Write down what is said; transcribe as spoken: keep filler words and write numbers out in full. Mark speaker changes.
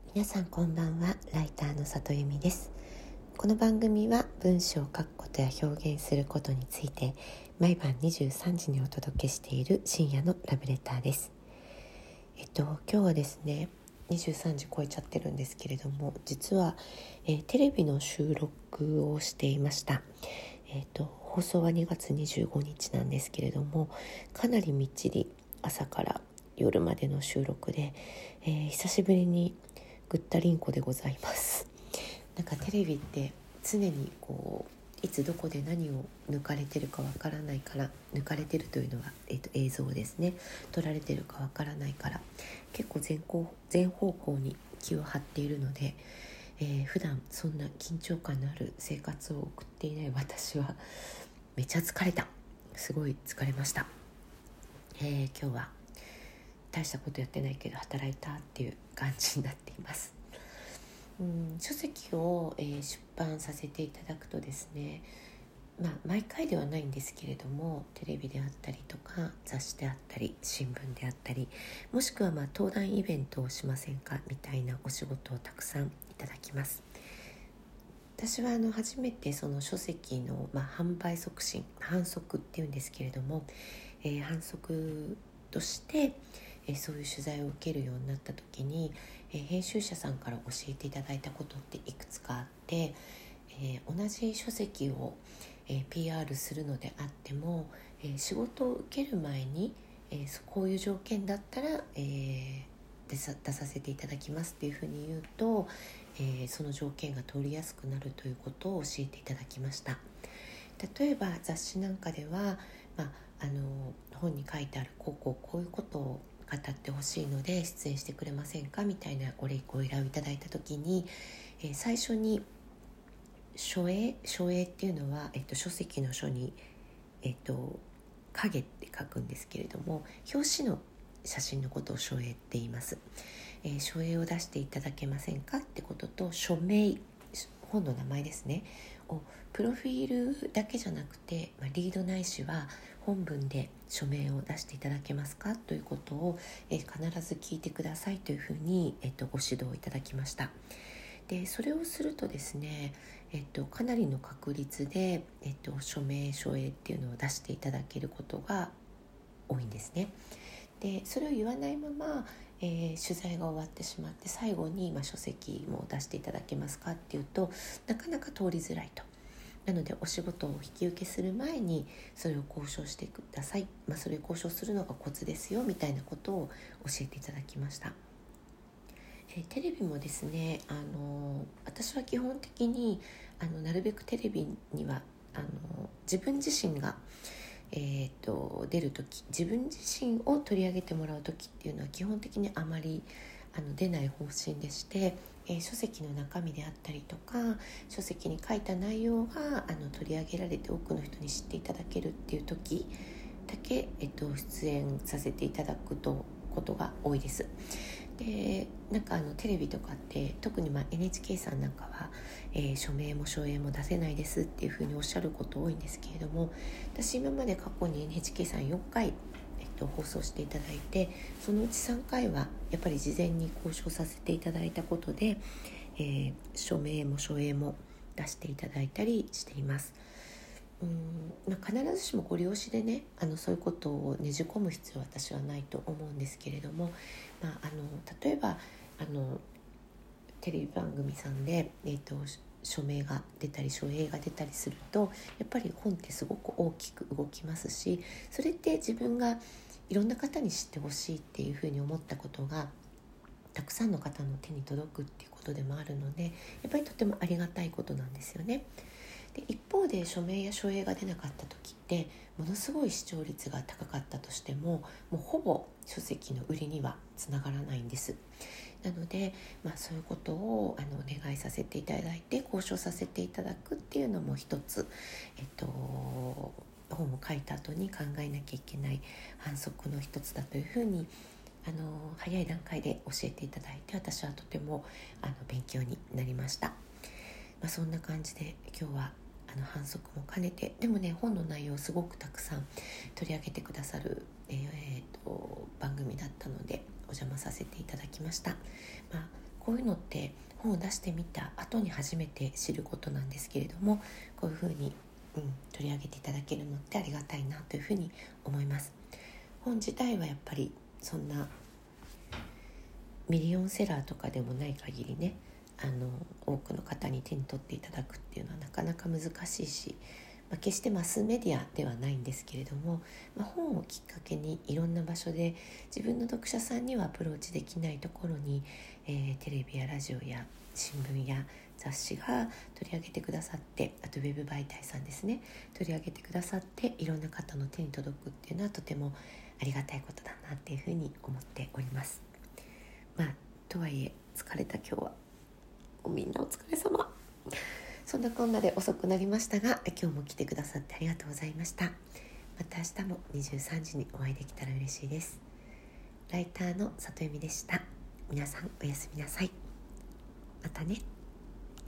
Speaker 1: 皆さんこんばんは。ライターの里由美です。この番組は文章を書くことや表現することについて毎晩にじゅうさんじにお届けしている深夜のラブレターです。えっと今日はですねにじゅうさんじ超えちゃってるんですけれども、実は、えー、テレビの収録をしていました。えっと放送はにがつにじゅうごにちなんですけれども、かなりみっちり朝から夜までの収録で、えー、久しぶりにぐったりんこでございます。なんかテレビって常にこういつどこで何を抜かれてるかわからないから、抜かれてるというのは、えー、と映像ですね、撮られてるかわからないから結構全方全方向に気を張っているので、えー、普段そんな緊張感のある生活を送っていない私はめっちゃ疲れたすごい疲れました。えー、今日は大したことやってないけど働いたっていう感じになっています。うん、書籍を、えー、出版させていただくとですね、まあ、毎回ではないんですけれども、テレビであったりとか雑誌であったり新聞であったり、もしくはまあ登壇イベントをしませんかみたいなお仕事をたくさんいただきます。私はあの初めてその書籍の、まあ、販売促進、販促っていうんですけれども、えー、販促としてえそういう取材を受けるようになった時に、え編集者さんから教えていただいたことっていくつかあって、えー、同じ書籍を、えー、ピーアール するのであっても、えー、仕事を受ける前に、えー、こういう条件だったら、えー、出さ、出させていただきますっていうふうに言うと、えー、その条件が通りやすくなるということを教えていただきました。例えば雑誌なんかでは、まあ、あの本に書いてあるこうこうこういうことを語ってほしいので出演してくれませんかみたいなごご依頼をいただいたときに、えー、最初に書影書影っていうのは、えっと、書籍の書に、えっと、影って書くんですけれども、表紙の写真のことを書影って言います。えー、書影を出していただけませんかってことと、署名、本の名前ですねをプロフィールだけじゃなくて、まあ、リードないしは本文で署名を出していただけますかということを、えー、必ず聞いてくださいというふうに、えっと、ご指導いただきました。でそれをするとですね、えっと、かなりの確率で、えっと、署名書影っていうのを出していただけることが多いんですね。でそれを言わないまま、えー、取材が終わってしまって最後に、まあ、書籍も出していただけますかっていうとなかなか通りづらいと。なのでお仕事を引き受けする前にそれを交渉してください、まあ、それを交渉するのがコツですよみたいなことを教えていただきました。えー、テレビもですね、あのー、私は基本的にあのなるべくテレビにはあのー、自分自身がえー、と出るとき、自分自身を取り上げてもらうときっていうのは基本的にあまりあの出ない方針でして、えー、書籍の中身であったりとか書籍に書いた内容があの取り上げられて多くの人に知っていただけるっていうときだけ、えー、と出演させていただくとことが多いです。でなんかあのテレビとかって特にまあ エヌエイチケー さんなんかは、えー、署名も署名も出せないですっていうふうにおっしゃること多いんですけれども、私今まで過去に エヌエイチケー さんよんかい、えっと、放送していただいて、そのうちさんかいはやっぱり事前に交渉させていただいたことで、えー、署名も署名も出していただいたりしています。うん、まあ、必ずしもご利用しでね、あのそういうことをねじ込む必要は私はないと思うんですけれども、まあ、あの例えばあのテレビ番組さんで、えーと、署名が出たり署名が出たりするとやっぱり本ってすごく大きく動きますし、それって自分がいろんな方に知ってほしいっていうふうに思ったことがたくさんの方の手に届くっていうことでもあるので、やっぱりとてもありがたいことなんですよね。で一方で署名や署名が出なかった時ってものすごい視聴率が高かったとしてももうほぼ書籍の売りにはつながらないんです。なので、まあ、そういうことをあのお願いさせていただいて交渉させていただくっていうのも一つ、えっと、本を書いた後に考えなきゃいけない反則の一つだというふうにあの早い段階で教えていただいて、私はとてもあの勉強になりました。まあ、そんな感じで今日はあの反則も兼ねて、でもね本の内容をすごくたくさん取り上げてくださる、えー、と番組だったのでお邪魔させていただきました。まあ、 こういうのって本を出してみた後に初めて知ることなんですけれども、こういうふうに、うん、取り上げていただけるのってありがたいなというふうに思います。本自体はやっぱりそんなミリオンセラーとかでもない限りね、あの多くの方に手に取っていただくっていうのはなかなか難しいし、まあ、決してマスメディアではないんですけれども、まあ、本をきっかけにいろんな場所で自分の読者さんにはアプローチできないところに、えー、テレビやラジオや新聞や雑誌が取り上げてくださって、あとウェブ媒体さんですね、取り上げてくださっていろんな方の手に届くっていうのはとてもありがたいことだなっていうふうに思っております。まあとはいえ疲れた今日はみんなお疲れ様。そんなこんなで遅くなりましたが、今日も来てくださってありがとうございました。また明日もにじゅうさんじにお会いできたら嬉しいです。ライターの里由美でした。皆さんおやすみなさい。またね。